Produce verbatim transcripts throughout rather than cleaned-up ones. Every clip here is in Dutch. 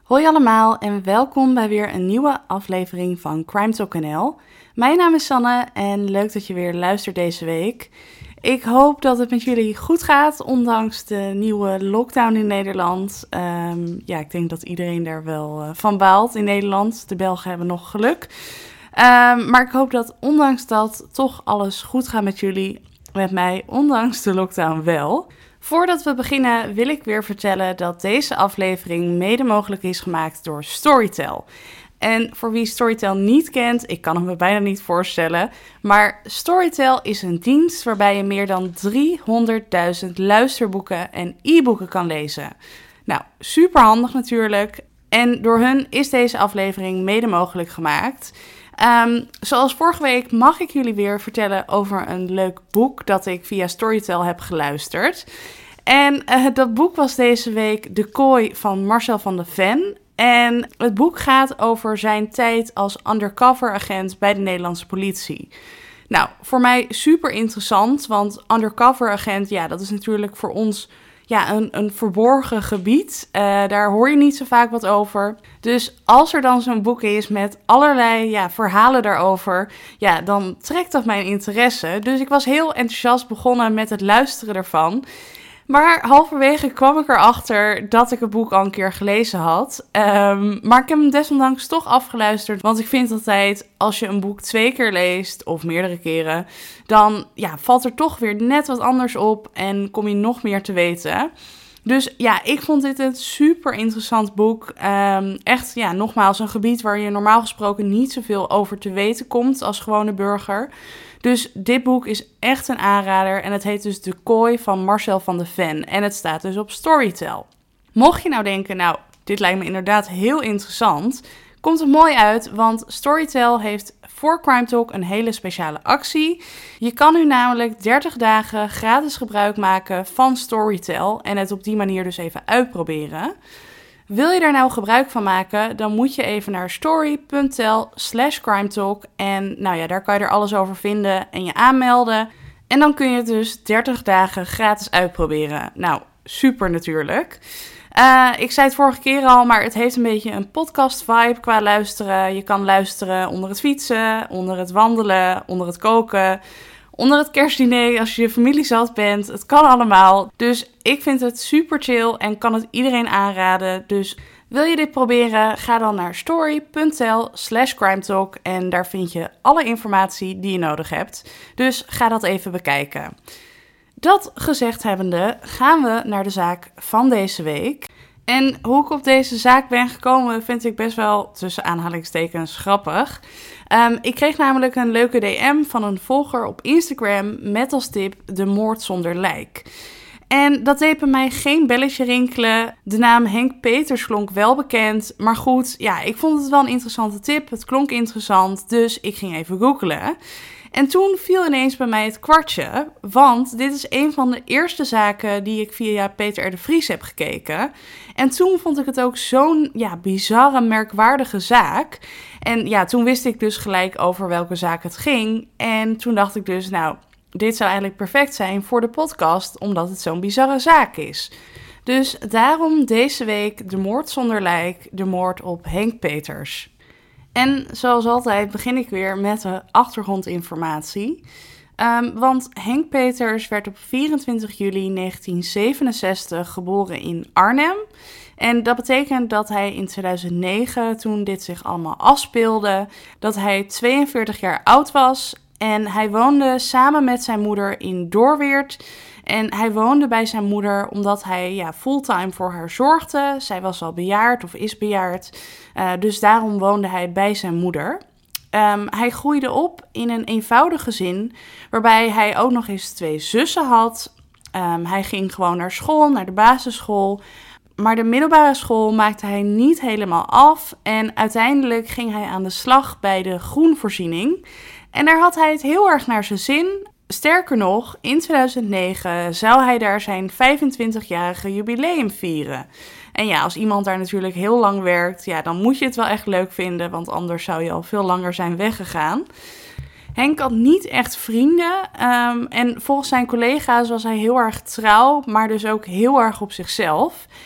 Hoi allemaal en welkom bij weer een nieuwe aflevering van Crime Talk N L. Mijn naam is Sanne en leuk dat je weer luistert deze week. Ik hoop dat het met jullie goed gaat, ondanks de nieuwe lockdown in Nederland. Um, ja, ik denk dat iedereen daar wel uh, van baalt in Nederland. De Belgen hebben nog geluk. Um, maar ik hoop dat ondanks dat toch alles goed gaat met jullie, met mij, ondanks de lockdown wel. Voordat we beginnen wil ik weer vertellen dat deze aflevering mede mogelijk is gemaakt door Storytel. En voor wie Storytel niet kent, ik kan het me bijna niet voorstellen, maar Storytel is een dienst waarbij je meer dan driehonderdduizend luisterboeken en e-boeken kan lezen. Nou, super handig natuurlijk. En door hun is deze aflevering mede mogelijk gemaakt. Um, zoals vorige week mag ik jullie weer vertellen over een leuk boek dat ik via Storytel heb geluisterd. En uh, dat boek was deze week De Kooi van Marcel van de Ven. En het boek gaat over zijn tijd als undercover agent bij de Nederlandse politie. Nou, voor mij super interessant, want undercover agent, ja, dat is natuurlijk voor ons ja, een, een verborgen gebied. Uh, daar hoor je niet zo vaak wat over. Dus als er dan zo'n boek is met allerlei ja, verhalen daarover, ja, dan trekt dat mijn interesse. Dus ik was heel enthousiast begonnen met het luisteren ervan. Maar halverwege kwam ik erachter dat ik het boek al een keer gelezen had. Um, maar ik heb hem desondanks toch afgeluisterd. Want ik vind altijd, als je een boek twee keer leest, of meerdere keren, dan ja, valt er toch weer net wat anders op en kom je nog meer te weten. Dus ja, ik vond dit een super interessant boek. Um, echt, ja, nogmaals, een gebied waar je normaal gesproken niet zoveel over te weten komt als gewone burger. Dus dit boek is echt een aanrader en het heet dus De Kooi van Marcel van de Ven en het staat dus op Storytel. Mocht je nou denken, nou, dit lijkt me inderdaad heel interessant, komt het mooi uit, want Storytel heeft voor Crime Talk een hele speciale actie. Je kan nu namelijk dertig dagen gratis gebruik maken van Storytel en het op die manier dus even uitproberen. Wil je daar nou gebruik van maken, dan moet je even naar story.tel slash crimetalk en nou ja, daar kan je er alles over vinden en je aanmelden. En dan kun je het dus dertig dagen gratis uitproberen. Nou, super natuurlijk. Uh, ik zei het vorige keer al, maar het heeft een beetje een podcast vibe qua luisteren. Je kan luisteren onder het fietsen, onder het wandelen, onder het koken, onder het kerstdiner als je je familie zat bent. Het kan allemaal. Dus ik vind het super chill en kan het iedereen aanraden. Dus wil je dit proberen? Ga dan naar story.tel slash crimetalk en daar vind je alle informatie die je nodig hebt. Dus ga dat even bekijken. Dat gezegd hebbende gaan we naar de zaak van deze week. En hoe ik op deze zaak ben gekomen vind ik best wel tussen aanhalingstekens grappig. Um, ik kreeg namelijk een leuke D M van een volger op Instagram met als tip de moord zonder lijk. En dat deed bij mij geen belletje rinkelen. De naam Henk Peters klonk wel bekend. Maar goed, ja, ik vond het wel een interessante tip. Het klonk interessant, dus ik ging even googlen. En toen viel ineens bij mij het kwartje, want dit is een van de eerste zaken die ik via Peter R. de Vries heb gekeken. En toen vond ik het ook zo'n ja, bizarre, merkwaardige zaak. En ja, toen wist ik dus gelijk over welke zaak het ging. En toen dacht ik dus, nou, dit zou eigenlijk perfect zijn voor de podcast, omdat het zo'n bizarre zaak is. Dus daarom deze week de moord zonder lijk, de moord op Henk Peters. En zoals altijd begin ik weer met de achtergrondinformatie. Um, want Henk Peters werd op vierentwintig juli negentien zevenenzestig geboren in Arnhem. En dat betekent dat hij in tweeduizend negen, toen dit zich allemaal afspeelde, dat hij tweeënveertig jaar oud was. En hij woonde samen met zijn moeder in Doorweert. En hij woonde bij zijn moeder omdat hij ja, fulltime voor haar zorgde. Zij was al bejaard of is bejaard. Uh, dus daarom woonde hij bij zijn moeder. Um, hij groeide op in een eenvoudig gezin, waarbij hij ook nog eens twee zussen had. Um, hij ging gewoon naar school, naar de basisschool. Maar de middelbare school maakte hij niet helemaal af. En uiteindelijk ging hij aan de slag bij de groenvoorziening. En daar had hij het heel erg naar zijn zin. Sterker nog, in tweeduizend negen zou hij daar zijn vijfentwintigjarige jubileum vieren. En ja, als iemand daar natuurlijk heel lang werkt, ja, dan moet je het wel echt leuk vinden, want anders zou je al veel langer zijn weggegaan. Henk had niet echt vrienden um, en volgens zijn collega's was hij heel erg trouw, maar dus ook heel erg op zichzelf.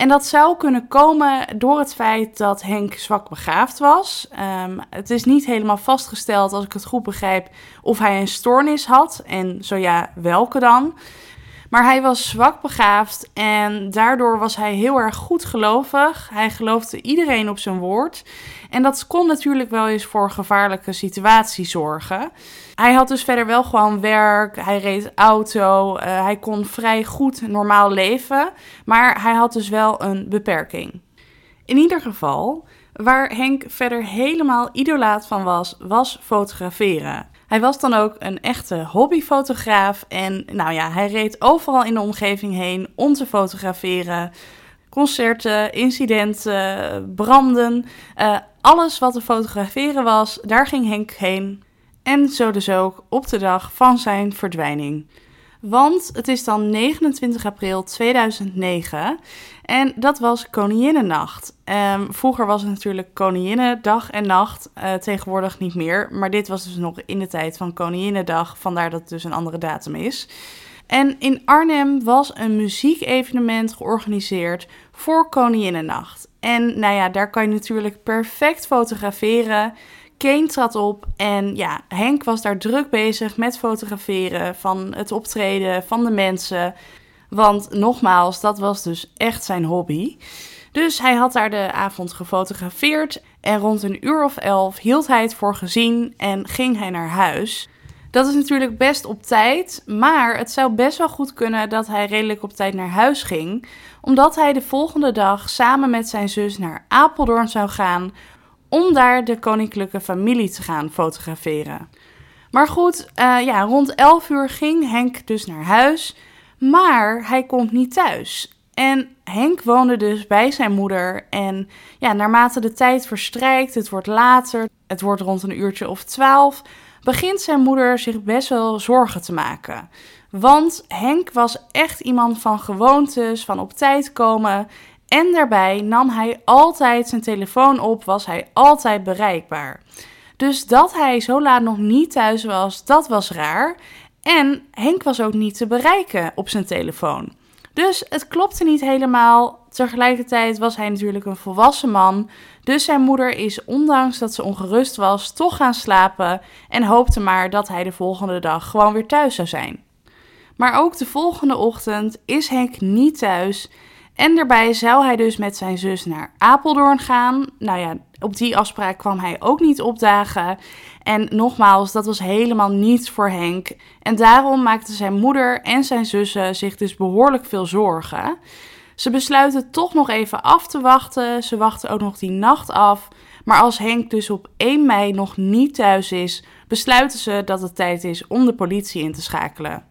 En dat zou kunnen komen door het feit dat Henk zwakbegaafd was. Um, het is niet helemaal vastgesteld, als ik het goed begrijp, of hij een stoornis had. En zo ja, welke dan? Maar hij was zwakbegaafd en daardoor was hij heel erg goedgelovig. Hij geloofde iedereen op zijn woord. En dat kon natuurlijk wel eens voor gevaarlijke situaties zorgen. Hij had dus verder wel gewoon werk, hij reed auto, uh, hij kon vrij goed normaal leven. Maar hij had dus wel een beperking. In ieder geval, waar Henk verder helemaal idolaat van was, was fotograferen. Hij was dan ook een echte hobbyfotograaf en nou ja, hij reed overal in de omgeving heen om te fotograferen. Concerten, incidenten, branden, uh, alles wat te fotograferen was, daar ging Henk heen. En zo dus ook op de dag van zijn verdwijning. Want het is dan negenentwintig april tweeduizend negen en dat was Koninginnennacht. Um, vroeger was het natuurlijk Koninginnedag en nacht, uh, tegenwoordig niet meer. Maar dit was dus nog in de tijd van Koninginnedag, vandaar dat het dus een andere datum is. En in Arnhem was een muziekevenement georganiseerd voor Koninginnennacht. En nou ja, daar kan je natuurlijk perfect fotograferen. Kane trad op en ja, Henk was daar druk bezig met fotograferen van het optreden van de mensen. Want nogmaals, dat was dus echt zijn hobby. Dus hij had daar de avond gefotografeerd en rond een uur of elf hield hij het voor gezien en ging hij naar huis. Dat is natuurlijk best op tijd, maar het zou best wel goed kunnen dat hij redelijk op tijd naar huis ging, omdat hij de volgende dag samen met zijn zus naar Apeldoorn zou gaan om daar de koninklijke familie te gaan fotograferen. Maar goed, uh, ja, rond elf uur ging Henk dus naar huis, maar hij komt niet thuis. En Henk woonde dus bij zijn moeder en ja, naarmate de tijd verstrijkt, het wordt later, het wordt rond een uurtje of twaalf, begint zijn moeder zich best wel zorgen te maken. Want Henk was echt iemand van gewoontes, van op tijd komen. En daarbij nam hij altijd zijn telefoon op, was hij altijd bereikbaar. Dus dat hij zo laat nog niet thuis was, dat was raar. En Henk was ook niet te bereiken op zijn telefoon. Dus het klopte niet helemaal. Tegelijkertijd was hij natuurlijk een volwassen man. Dus zijn moeder is, ondanks dat ze ongerust was, toch gaan slapen en hoopte maar dat hij de volgende dag gewoon weer thuis zou zijn. Maar ook de volgende ochtend is Henk niet thuis en daarbij zou hij dus met zijn zus naar Apeldoorn gaan. Nou ja, op die afspraak kwam hij ook niet opdagen. En nogmaals, dat was helemaal niets voor Henk. En daarom maakten zijn moeder en zijn zussen zich dus behoorlijk veel zorgen. Ze besluiten toch nog even af te wachten. Ze wachten ook nog die nacht af. Maar als Henk dus op één mei nog niet thuis is, besluiten ze dat het tijd is om de politie in te schakelen.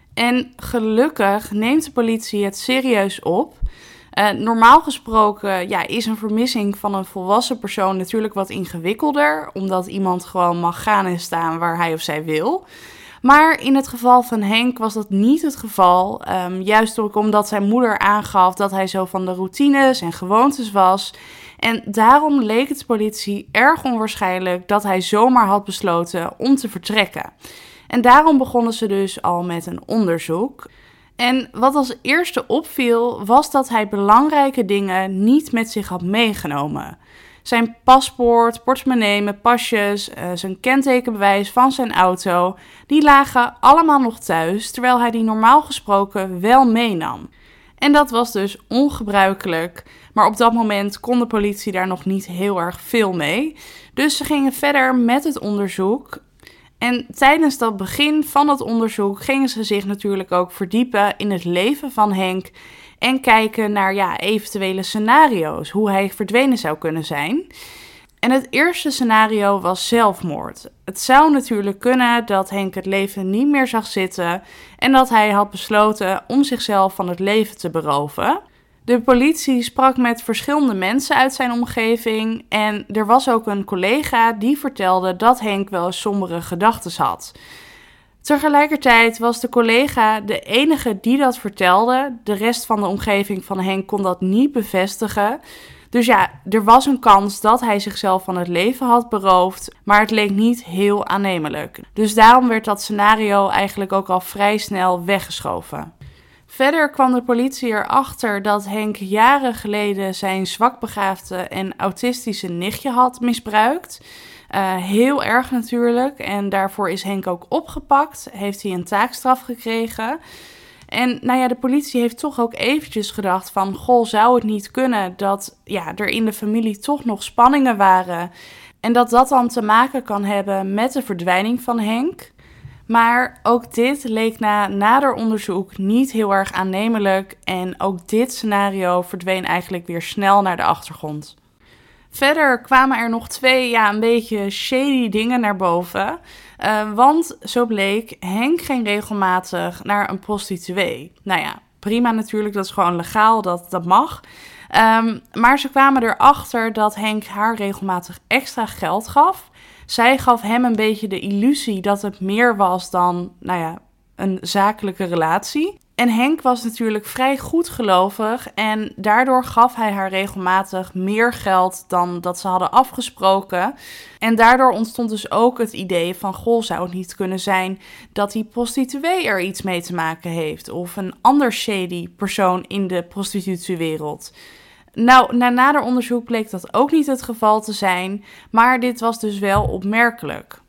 En gelukkig neemt de politie het serieus op. Uh, normaal gesproken ja, is een vermissing van een volwassen persoon natuurlijk wat ingewikkelder, omdat iemand gewoon mag gaan en staan waar hij of zij wil. Maar in het geval van Henk was dat niet het geval, um, juist ook omdat zijn moeder aangaf dat hij zo van de routines en gewoontes was. En daarom leek het de politie erg onwaarschijnlijk dat hij zomaar had besloten om te vertrekken. En daarom begonnen ze dus al met een onderzoek. En wat als eerste opviel, was dat hij belangrijke dingen niet met zich had meegenomen. Zijn paspoort, portemonnee met pasjes, uh, zijn kentekenbewijs van zijn auto, die lagen allemaal nog thuis, terwijl hij die normaal gesproken wel meenam. En dat was dus ongebruikelijk, maar op dat moment kon de politie daar nog niet heel erg veel mee. Dus ze gingen verder met het onderzoek. En tijdens dat begin van het onderzoek gingen ze zich natuurlijk ook verdiepen in het leven van Henk en kijken naar ja, eventuele scenario's, hoe hij verdwenen zou kunnen zijn. En het eerste scenario was zelfmoord. Het zou natuurlijk kunnen dat Henk het leven niet meer zag zitten en dat hij had besloten om zichzelf van het leven te beroven. De politie sprak met verschillende mensen uit zijn omgeving en er was ook een collega die vertelde dat Henk wel eens sombere gedachten had. Tegelijkertijd was de collega de enige die dat vertelde. De rest van de omgeving van Henk kon dat niet bevestigen. Dus ja, er was een kans dat hij zichzelf van het leven had beroofd, maar het leek niet heel aannemelijk. Dus daarom werd dat scenario eigenlijk ook al vrij snel weggeschoven. Verder kwam de politie erachter dat Henk jaren geleden zijn zwakbegaafde en autistische nichtje had misbruikt. Uh, heel erg natuurlijk. En daarvoor is Henk ook opgepakt. Heeft hij een taakstraf gekregen. En nou ja, de politie heeft toch ook eventjes gedacht van... goh, zou het niet kunnen dat ja, er in de familie toch nog spanningen waren... en dat dat dan te maken kan hebben met de verdwijning van Henk... Maar ook dit leek na nader onderzoek niet heel erg aannemelijk en ook dit scenario verdween eigenlijk weer snel naar de achtergrond. Verder kwamen er nog twee ja, een beetje shady dingen naar boven, uh, want zo bleek Henk ging regelmatig naar een prostituee. Nou ja, prima natuurlijk, dat is gewoon legaal, dat, dat mag. Um, maar ze kwamen erachter dat Henk haar regelmatig extra geld gaf. Zij gaf hem een beetje de illusie dat het meer was dan, nou ja, een zakelijke relatie. En Henk was natuurlijk vrij goedgelovig en daardoor gaf hij haar regelmatig meer geld dan dat ze hadden afgesproken. En daardoor ontstond dus ook het idee van, goh, zou het niet kunnen zijn dat die prostituee er iets mee te maken heeft? Of een ander shady persoon in de prostitutiewereld. Nou, na nader onderzoek bleek dat ook niet het geval te zijn, maar dit was dus wel opmerkelijk.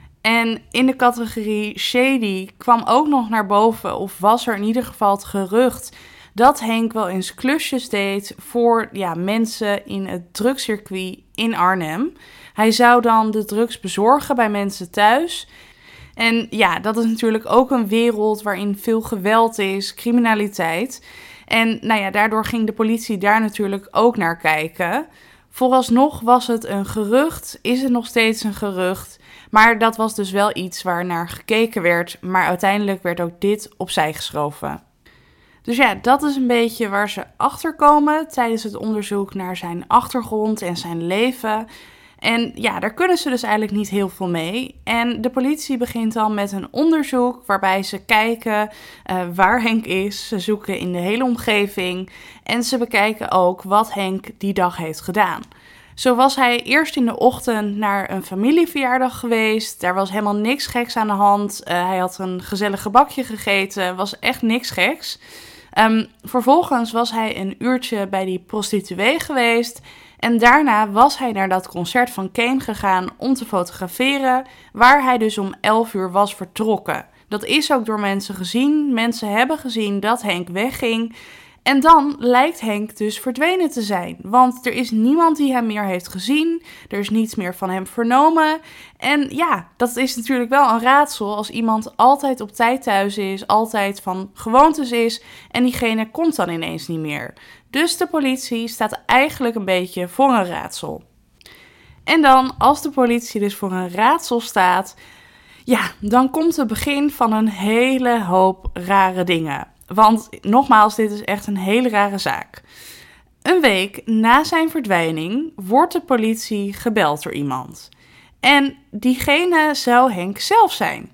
En in de categorie shady kwam ook nog naar boven, of was er in ieder geval het gerucht, dat Henk wel eens klusjes deed voor ja, mensen in het drugscircuit in Arnhem. Hij zou dan de drugs bezorgen bij mensen thuis. En ja, dat is natuurlijk ook een wereld waarin veel geweld is, criminaliteit. En nou ja, daardoor ging de politie daar natuurlijk ook naar kijken. Vooralsnog was het een gerucht, is het nog steeds een gerucht. Maar dat was dus wel iets waar naar gekeken werd. Maar uiteindelijk werd ook dit opzij geschoven. Dus ja, dat is een beetje waar ze achter komen tijdens het onderzoek naar zijn achtergrond en zijn leven. En ja, daar kunnen ze dus eigenlijk niet heel veel mee. En de politie begint dan met een onderzoek waarbij ze kijken uh, waar Henk is. Ze zoeken in de hele omgeving en ze bekijken ook wat Henk die dag heeft gedaan. Zo was hij eerst in de ochtend naar een familieverjaardag geweest. Daar was helemaal niks geks aan de hand. Uh, hij had een gezellig gebakje gegeten. Was echt niks geks. Um, vervolgens was hij een uurtje bij die prostituee geweest. En daarna was hij naar dat concert van Kane gegaan om te fotograferen, waar hij dus om elf uur was vertrokken. Dat is ook door mensen gezien. Mensen hebben gezien dat Henk wegging. En dan lijkt Henk dus verdwenen te zijn. Want er is niemand die hem meer heeft gezien. Er is niets meer van hem vernomen. En ja, dat is natuurlijk wel een raadsel als iemand altijd op tijd thuis is, altijd van gewoontes is en diegene komt dan ineens niet meer. Dus de politie staat eigenlijk een beetje voor een raadsel. En dan, als de politie dus voor een raadsel staat, ja, dan komt het begin van een hele hoop rare dingen. Want nogmaals, dit is echt een hele rare zaak. Een week na zijn verdwijning wordt de politie gebeld door iemand. En diegene zou Henk zelf zijn.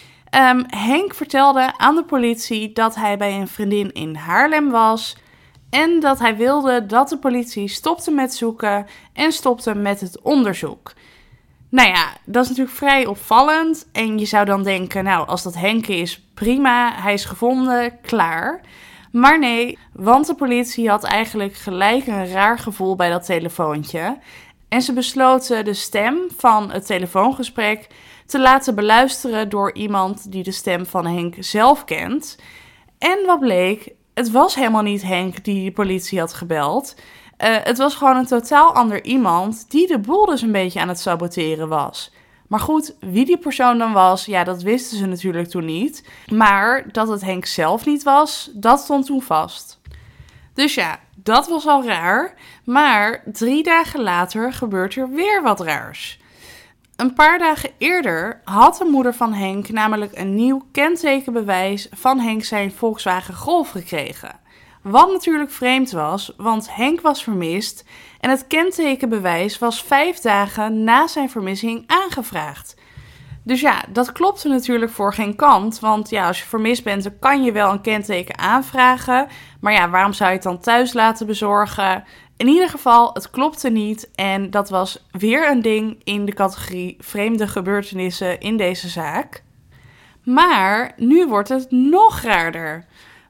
Um, Henk vertelde aan de politie dat hij bij een vriendin in Haarlem was en dat hij wilde dat de politie stopte met zoeken en stopte met het onderzoek. Nou ja, dat is natuurlijk vrij opvallend en je zou dan denken, nou, als dat Henk is, prima, hij is gevonden, klaar. Maar nee, want de politie had eigenlijk gelijk een raar gevoel bij dat telefoontje. En ze besloten de stem van het telefoongesprek te laten beluisteren door iemand die de stem van Henk zelf kent. En wat bleek, het was helemaal niet Henk die de politie had gebeld. Uh, het was gewoon een totaal ander iemand die de boel dus een beetje aan het saboteren was. Maar goed, wie die persoon dan was, ja, dat wisten ze natuurlijk toen niet. Maar dat het Henk zelf niet was, dat stond toen vast. Dus ja, dat was al raar. Maar drie dagen later gebeurt er weer wat raars. Een paar dagen eerder had de moeder van Henk namelijk een nieuw kentekenbewijs van Henk zijn Volkswagen Golf gekregen. Wat natuurlijk vreemd was, want Henk was vermist en het kentekenbewijs was vijf dagen na zijn vermissing aangevraagd. Dus ja, dat klopte natuurlijk voor geen kant, want ja, als je vermist bent, dan kan je wel een kenteken aanvragen. Maar ja, waarom zou je het dan thuis laten bezorgen? In ieder geval, het klopte niet en dat was weer een ding in de categorie vreemde gebeurtenissen in deze zaak. Maar nu wordt het nog raarder.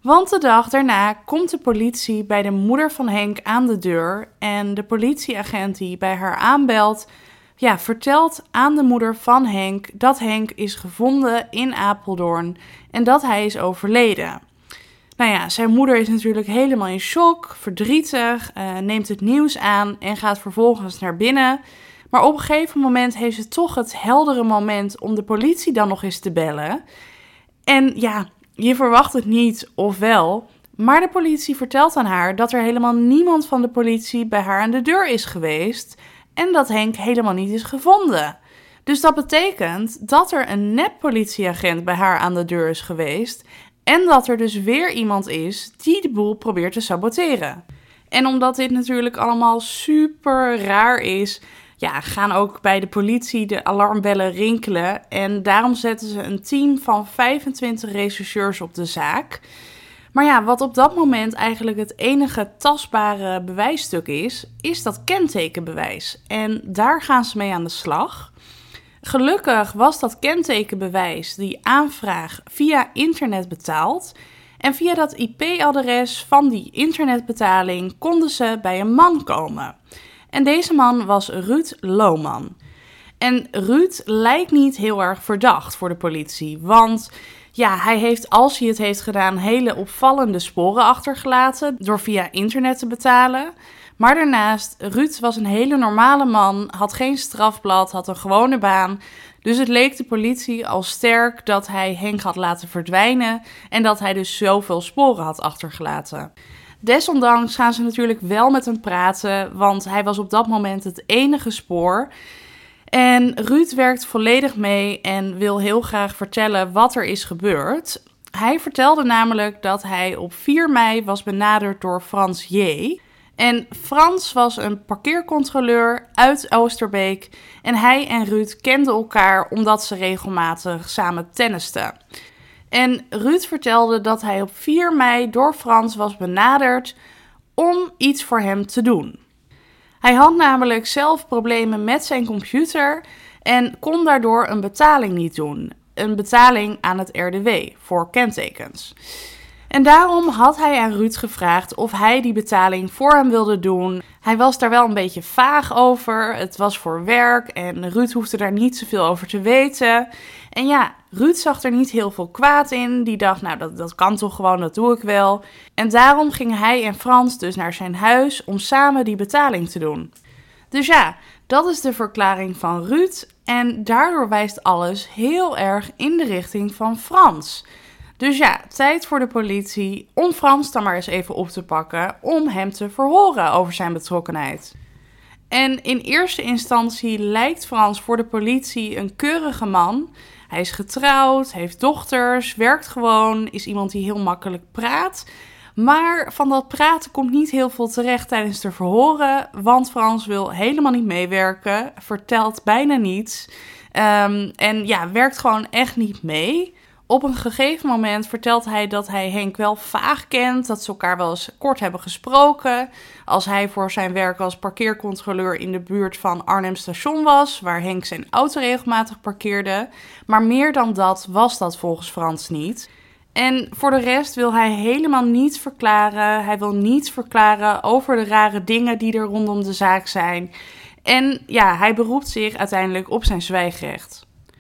Want de dag daarna komt de politie bij de moeder van Henk aan de deur en de politieagent die bij haar aanbelt, ja, vertelt aan de moeder van Henk dat Henk is gevonden in Apeldoorn en dat hij is overleden. Nou ja, zijn moeder is natuurlijk helemaal in shock, verdrietig, uh, neemt het nieuws aan en gaat vervolgens naar binnen. Maar op een gegeven moment heeft ze toch het heldere moment om de politie dan nog eens te bellen. En ja, je verwacht het niet, of wel. Maar de politie vertelt aan haar dat er helemaal niemand van de politie bij haar aan de deur is geweest. En dat Henk helemaal niet is gevonden. Dus dat betekent dat er een nep-politieagent bij haar aan de deur is geweest. En dat er dus weer iemand is die de boel probeert te saboteren. En omdat dit natuurlijk allemaal super raar is, ja, gaan ook bij de politie de alarmbellen rinkelen. En daarom zetten ze een team van vijfentwintig rechercheurs op de zaak. Maar ja, wat op dat moment eigenlijk het enige tastbare bewijsstuk is, is dat kentekenbewijs. En daar gaan ze mee aan de slag. Gelukkig was dat kentekenbewijs, die aanvraag, via internet betaald. En via dat I P-adres van die internetbetaling konden ze bij een man komen. En deze man was Ruud Lohman. En Ruud lijkt niet heel erg verdacht voor de politie, want ja, hij heeft, als hij het heeft gedaan, hele opvallende sporen achtergelaten door via internet te betalen. Maar daarnaast, Ruud was een hele normale man, had geen strafblad, had een gewone baan. Dus het leek de politie al sterk dat hij Henk had laten verdwijnen en dat hij dus zoveel sporen had achtergelaten. Desondanks gaan ze natuurlijk wel met hem praten, want hij was op dat moment het enige spoor. En Ruud werkt volledig mee en wil heel graag vertellen wat er is gebeurd. Hij vertelde namelijk dat hij op vier mei was benaderd door Frans J. En Frans was een parkeercontroleur uit Oosterbeek en hij en Ruud kenden elkaar omdat ze regelmatig samen tennisten. En Ruud vertelde dat hij op vier mei door Frans was benaderd om iets voor hem te doen. Hij had namelijk zelf problemen met zijn computer en kon daardoor een betaling niet doen. Een betaling aan het R D W voor kentekens. En daarom had hij aan Ruud gevraagd of hij die betaling voor hem wilde doen. Hij was daar wel een beetje vaag over. Het was voor werk en Ruud hoefde daar niet zoveel over te weten. En ja, Ruud zag er niet heel veel kwaad in. Die dacht, nou dat, dat kan toch gewoon, dat doe ik wel. En daarom gingen hij en Frans dus naar zijn huis om samen die betaling te doen. Dus ja, dat is de verklaring van Ruud. En daardoor wijst alles heel erg in de richting van Frans. Dus ja, tijd voor de politie om Frans dan maar eens even op te pakken om hem te verhoren over zijn betrokkenheid. En in eerste instantie lijkt Frans voor de politie een keurige man. Hij is getrouwd, heeft dochters, werkt gewoon, is iemand die heel makkelijk praat. Maar van dat praten komt niet heel veel terecht tijdens de verhoren, want Frans wil helemaal niet meewerken, vertelt bijna niets um, en ja, werkt gewoon echt niet mee. Op een gegeven moment vertelt hij dat hij Henk wel vaag kent, dat ze elkaar wel eens kort hebben gesproken. Als hij voor zijn werk als parkeercontroleur in de buurt van Arnhem Station was, waar Henk zijn auto regelmatig parkeerde. Maar meer dan dat was dat volgens Frans niet. En voor de rest wil hij helemaal niets verklaren. Hij wil niets verklaren over de rare dingen die er rondom de zaak zijn. En ja, hij beroept zich uiteindelijk op zijn zwijgrecht.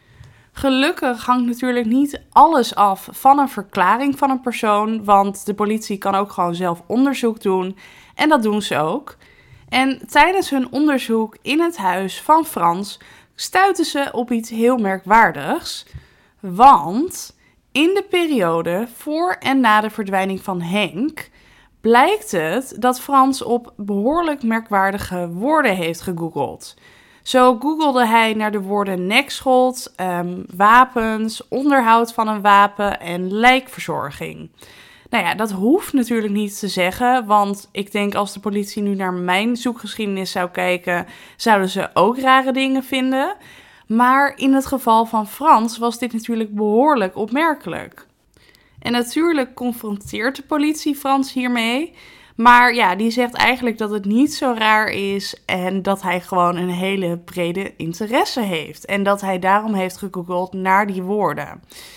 Gelukkig hangt natuurlijk niet alles af van een verklaring van een persoon, want de politie kan ook gewoon zelf onderzoek doen en dat doen ze ook. En tijdens hun onderzoek in het huis van Frans stuiten ze op iets heel merkwaardigs, want in de periode voor en na de verdwijning van Henk blijkt het dat Frans op behoorlijk merkwaardige woorden heeft gegoogeld. Zo googelde hij naar de woorden nekschot, um, wapens, onderhoud van een wapen en lijkverzorging. Nou ja, dat hoeft natuurlijk niet te zeggen, want ik denk als de politie nu naar mijn zoekgeschiedenis zou kijken, zouden ze ook rare dingen vinden. Maar in het geval van Frans was dit natuurlijk behoorlijk opmerkelijk. En natuurlijk confronteert de politie Frans hiermee. Maar ja, die zegt eigenlijk dat het niet zo raar is en dat hij gewoon een hele brede interesse heeft. En dat hij daarom heeft gegoogeld naar die woorden.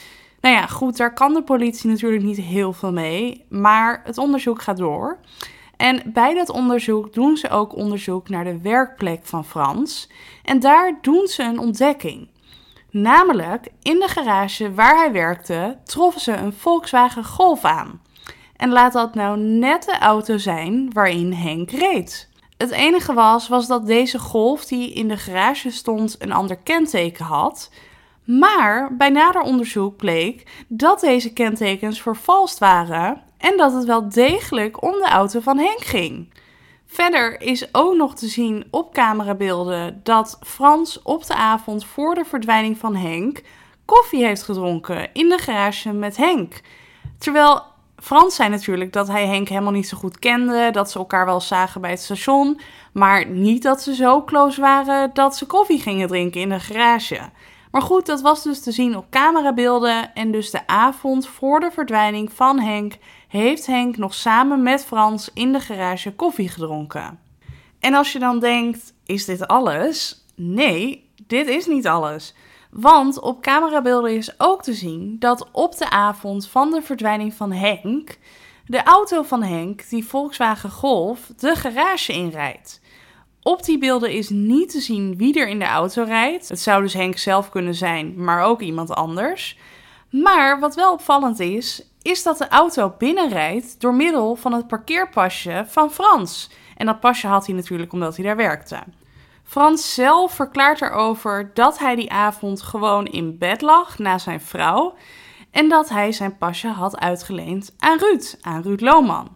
Nou ja, goed, daar kan de politie natuurlijk niet heel veel mee, maar het onderzoek gaat door. En bij dat onderzoek doen ze ook onderzoek naar de werkplek van Frans. En daar doen ze een ontdekking. Namelijk, in de garage waar hij werkte, troffen ze een Volkswagen Golf aan. En laat dat nou net de auto zijn waarin Henk reed. Het enige was, was dat deze Golf die in de garage stond een ander kenteken had. Maar bij nader onderzoek bleek dat deze kentekens vervalst waren en dat het wel degelijk om de auto van Henk ging. Verder is ook nog te zien op camerabeelden dat Frans op de avond voor de verdwijning van Henk koffie heeft gedronken in de garage met Henk. Terwijl Frans zei natuurlijk dat hij Henk helemaal niet zo goed kende, dat ze elkaar wel zagen bij het station, maar niet dat ze zo close waren dat ze koffie gingen drinken in de garage. Maar goed, dat was dus te zien op camerabeelden en dus de avond voor de verdwijning van Henk heeft Henk nog samen met Frans in de garage koffie gedronken. En als je dan denkt, is dit alles? Nee, dit is niet alles. Want op camerabeelden is ook te zien dat op de avond van de verdwijning van Henk de auto van Henk, die Volkswagen Golf, de garage inrijdt. Op die beelden is niet te zien wie er in de auto rijdt. Het zou dus Henk zelf kunnen zijn, maar ook iemand anders. Maar wat wel opvallend is, is dat de auto binnenrijdt door middel van het parkeerpasje van Frans. En dat pasje had hij natuurlijk omdat hij daar werkte. Frans zelf verklaart erover dat hij die avond gewoon in bed lag na zijn vrouw en dat hij zijn pasje had uitgeleend aan Ruud, aan Ruud Lohman.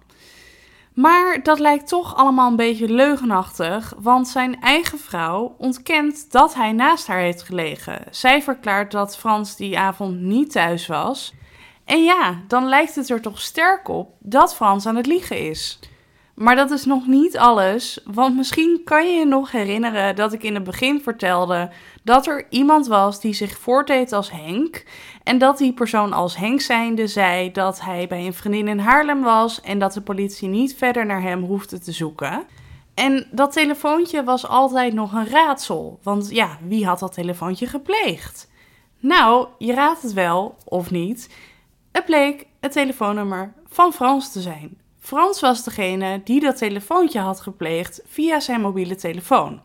Maar dat lijkt toch allemaal een beetje leugenachtig, want zijn eigen vrouw ontkent dat hij naast haar heeft gelegen. Zij verklaart dat Frans die avond niet thuis was. En ja, dan lijkt het er toch sterk op dat Frans aan het liegen is. Maar dat is nog niet alles, want misschien kan je je nog herinneren dat ik in het begin vertelde dat er iemand was die zich voordeed als Henk en dat die persoon als Henk zijnde zei dat hij bij een vriendin in Haarlem was en dat de politie niet verder naar hem hoefde te zoeken. En dat telefoontje was altijd nog een raadsel, want ja, wie had dat telefoontje gepleegd? Nou, je raadt het wel, of niet. Het bleek het telefoonnummer van Frans te zijn. Frans was degene die dat telefoontje had gepleegd via zijn mobiele telefoon.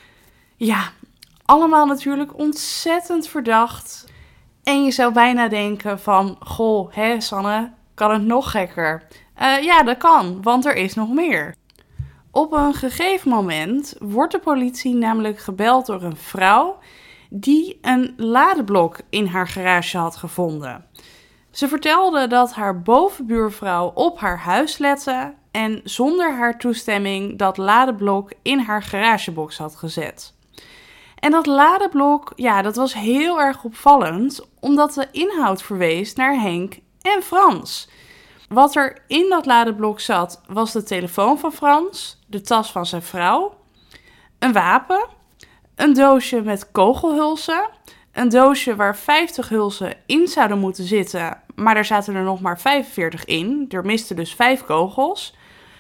Ja, allemaal natuurlijk ontzettend verdacht. En je zou bijna denken van, goh, hè Sanne, kan het nog gekker? Uh, ja, dat kan, want er is nog meer. Op een gegeven moment wordt de politie namelijk gebeld door een vrouw die een ladeblok in haar garage had gevonden. Ze vertelde dat haar bovenbuurvrouw op haar huis lette en zonder haar toestemming dat ladeblok in haar garagebox had gezet. En dat ladeblok, ja, dat was heel erg opvallend, omdat de inhoud verwees naar Henk en Frans. Wat er in dat ladeblok zat, was de telefoon van Frans, de tas van zijn vrouw, een wapen, een doosje met kogelhulzen, een doosje waar vijftig hulzen in zouden moeten zitten, maar daar zaten er nog maar vijfenveertig in. Er misten dus vijf kogels.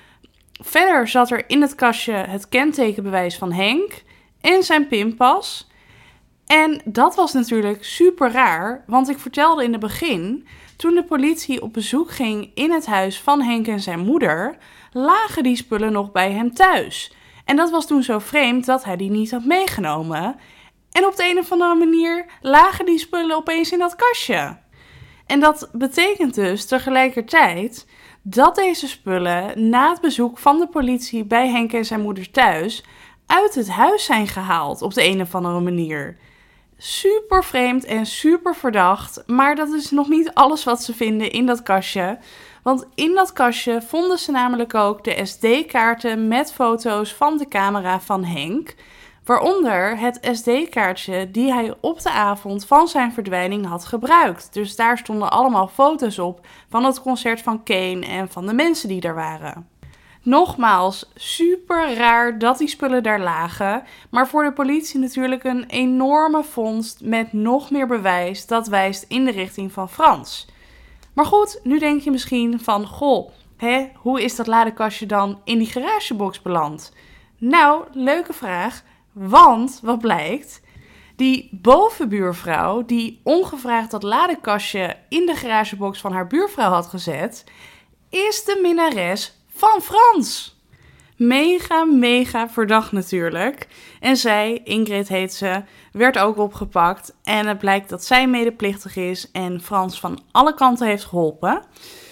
Verder zat er in het kastje het kentekenbewijs van Henk en zijn pinpas. En dat was natuurlijk super raar, want ik vertelde in het begin, toen de politie op bezoek ging in het huis van Henk en zijn moeder, lagen die spullen nog bij hem thuis. En dat was toen zo vreemd dat hij die niet had meegenomen. En op de een of andere manier lagen die spullen opeens in dat kastje. En dat betekent dus tegelijkertijd dat deze spullen na het bezoek van de politie bij Henk en zijn moeder thuis uit het huis zijn gehaald op de een of andere manier. Super vreemd en super verdacht, maar dat is nog niet alles wat ze vinden in dat kastje. Want in dat kastje vonden ze namelijk ook de S D-kaarten met foto's van de camera van Henk, waaronder het S D-kaartje die hij op de avond van zijn verdwijning had gebruikt. Dus daar stonden allemaal foto's op van het concert van Kane en van de mensen die daar waren. Nogmaals, super raar dat die spullen daar lagen, maar voor de politie natuurlijk een enorme vondst met nog meer bewijs dat wijst in de richting van Frans. Maar goed, nu denk je misschien van, goh, hè, hoe is dat ladekastje dan in die garagebox beland? Nou, leuke vraag, want wat blijkt? Die bovenbuurvrouw, die ongevraagd dat ladekastje in de garagebox van haar buurvrouw had gezet, is de minnares van Frans. Mega, mega verdacht natuurlijk. En zij, Ingrid heet ze, werd ook opgepakt. En het blijkt dat zij medeplichtig is en Frans van alle kanten heeft geholpen.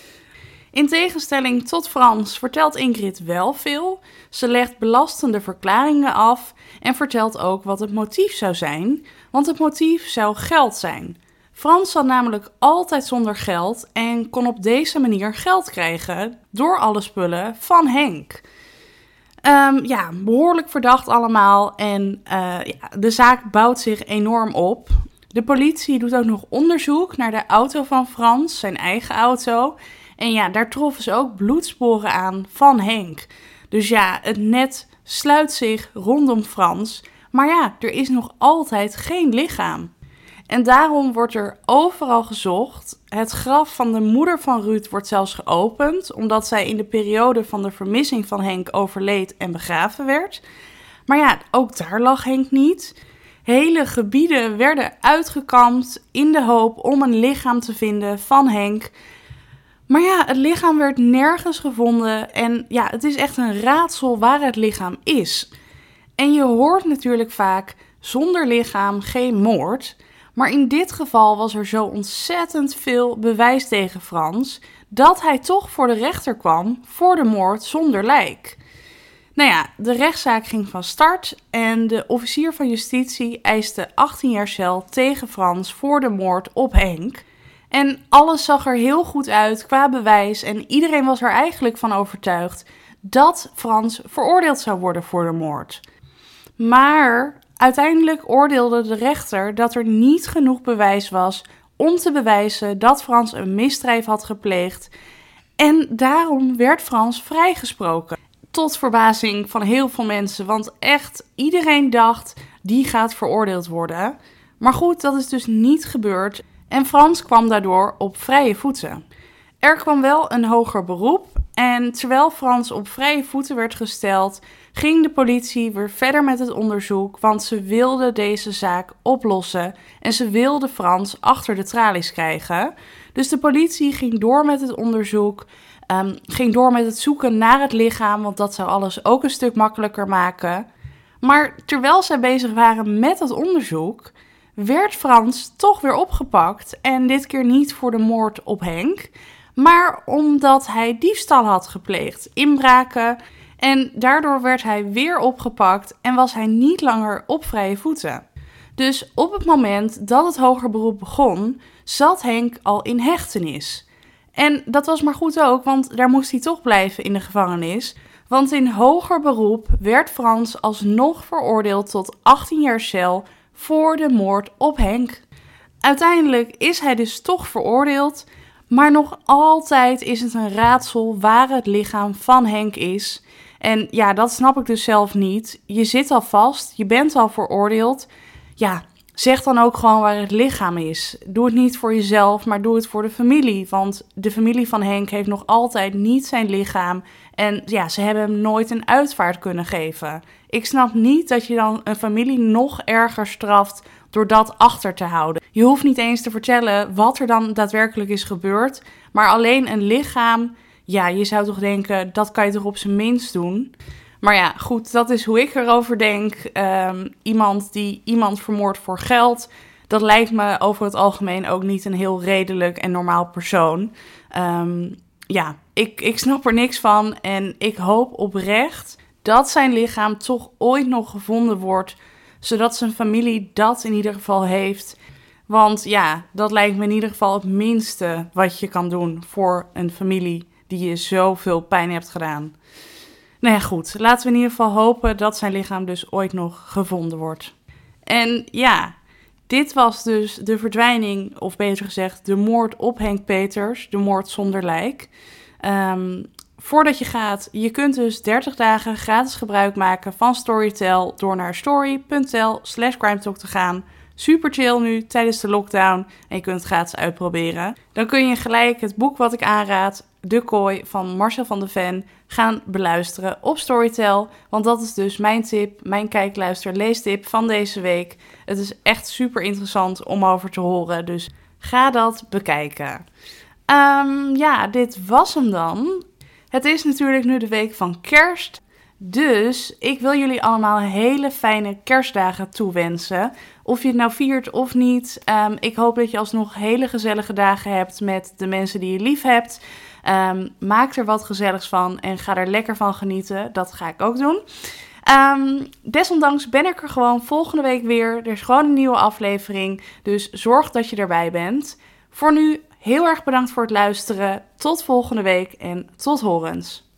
In tegenstelling tot Frans vertelt Ingrid wel veel. Ze legt belastende verklaringen af en vertelt ook wat het motief zou zijn. Want het motief zou geld zijn. Frans zat namelijk altijd zonder geld en kon op deze manier geld krijgen door alle spullen van Henk. Um, ja, behoorlijk verdacht allemaal en uh, ja, de zaak bouwt zich enorm op. De politie doet ook nog onderzoek naar de auto van Frans, zijn eigen auto. En ja, daar troffen ze ook bloedsporen aan van Henk. Dus ja, het net sluit zich rondom Frans. Maar ja, er is nog altijd geen lichaam. En daarom wordt er overal gezocht. Het graf van de moeder van Ruud wordt zelfs geopend, omdat zij in de periode van de vermissing van Henk overleed en begraven werd. Maar ja, ook daar lag Henk niet. Hele gebieden werden uitgekampt in de hoop om een lichaam te vinden van Henk. Maar ja, het lichaam werd nergens gevonden en ja, het is echt een raadsel waar het lichaam is. En je hoort natuurlijk vaak, zonder lichaam geen moord. Maar in dit geval was er zo ontzettend veel bewijs tegen Frans, dat hij toch voor de rechter kwam voor de moord zonder lijk. Nou ja, de rechtszaak ging van start en de officier van justitie eiste achttien jaar cel tegen Frans voor de moord op Henk. En alles zag er heel goed uit qua bewijs en iedereen was er eigenlijk van overtuigd dat Frans veroordeeld zou worden voor de moord. Maar uiteindelijk oordeelde de rechter dat er niet genoeg bewijs was om te bewijzen dat Frans een misdrijf had gepleegd. En daarom werd Frans vrijgesproken. Tot verbazing van heel veel mensen, want echt iedereen dacht, die gaat veroordeeld worden. Maar goed, dat is dus niet gebeurd en Frans kwam daardoor op vrije voeten. Er kwam wel een hoger beroep en terwijl Frans op vrije voeten werd gesteld, ging de politie weer verder met het onderzoek, want ze wilden deze zaak oplossen en ze wilden Frans achter de tralies krijgen. Dus de politie ging door met het onderzoek, um, ging door met het zoeken naar het lichaam, want dat zou alles ook een stuk makkelijker maken. Maar terwijl zij bezig waren met het onderzoek, werd Frans toch weer opgepakt en dit keer niet voor de moord op Henk, maar omdat hij diefstal had gepleegd, inbraken. En daardoor werd hij weer opgepakt en was hij niet langer op vrije voeten. Dus op het moment dat het hoger beroep begon, zat Henk al in hechtenis. En dat was maar goed ook, want daar moest hij toch blijven in de gevangenis. Want in hoger beroep werd Frans alsnog veroordeeld tot achttien jaar cel voor de moord op Henk. Uiteindelijk is hij dus toch veroordeeld, maar nog altijd is het een raadsel waar het lichaam van Henk is. En ja, dat snap ik dus zelf niet. Je zit al vast, je bent al veroordeeld. Ja, zeg dan ook gewoon waar het lichaam is. Doe het niet voor jezelf, maar doe het voor de familie. Want de familie van Henk heeft nog altijd niet zijn lichaam. En ja, ze hebben hem nooit een uitvaart kunnen geven. Ik snap niet dat je dan een familie nog erger straft door dat achter te houden. Je hoeft niet eens te vertellen wat er dan daadwerkelijk is gebeurd. Maar alleen een lichaam, ja, je zou toch denken, dat kan je toch op zijn minst doen. Maar ja, goed, dat is hoe ik erover denk. Um, iemand die iemand vermoordt voor geld, dat lijkt me over het algemeen ook niet een heel redelijk en normaal persoon. Um, ja, ik, ik snap er niks van en ik hoop oprecht dat zijn lichaam toch ooit nog gevonden wordt, zodat zijn familie dat in ieder geval heeft. Want ja, dat lijkt me in ieder geval het minste wat je kan doen voor een familie die je zoveel pijn hebt gedaan. Nou ja, goed. Laten we in ieder geval hopen dat zijn lichaam dus ooit nog gevonden wordt. En ja, dit was dus de verdwijning, of beter gezegd, de moord op Henk Peters. De moord zonder lijk. Um, voordat je gaat, je kunt dus dertig dagen gratis gebruik maken van Storytel door naar story.tel slash crimetalk te gaan. Super chill nu tijdens de lockdown en je kunt het gratis uitproberen. Dan kun je gelijk het boek wat ik aanraad De Kooi van Marcel van de Ven gaan beluisteren op Storytel. Want dat is dus mijn tip, mijn kijk, luister, leestip van deze week. Het is echt super interessant om over te horen, dus ga dat bekijken. Um, ja, dit was hem dan. Het is natuurlijk nu de week van kerst. Dus ik wil jullie allemaal hele fijne kerstdagen toewensen. Of je het nou viert of niet. Um, ik hoop dat je alsnog hele gezellige dagen hebt met de mensen die je lief hebt. Um, maak er wat gezelligs van en ga er lekker van genieten. Dat ga ik ook doen. Um, desondanks ben ik er gewoon volgende week weer. Er is gewoon een nieuwe aflevering. Dus zorg dat je erbij bent. Voor nu heel erg bedankt voor het luisteren. Tot volgende week en tot horens.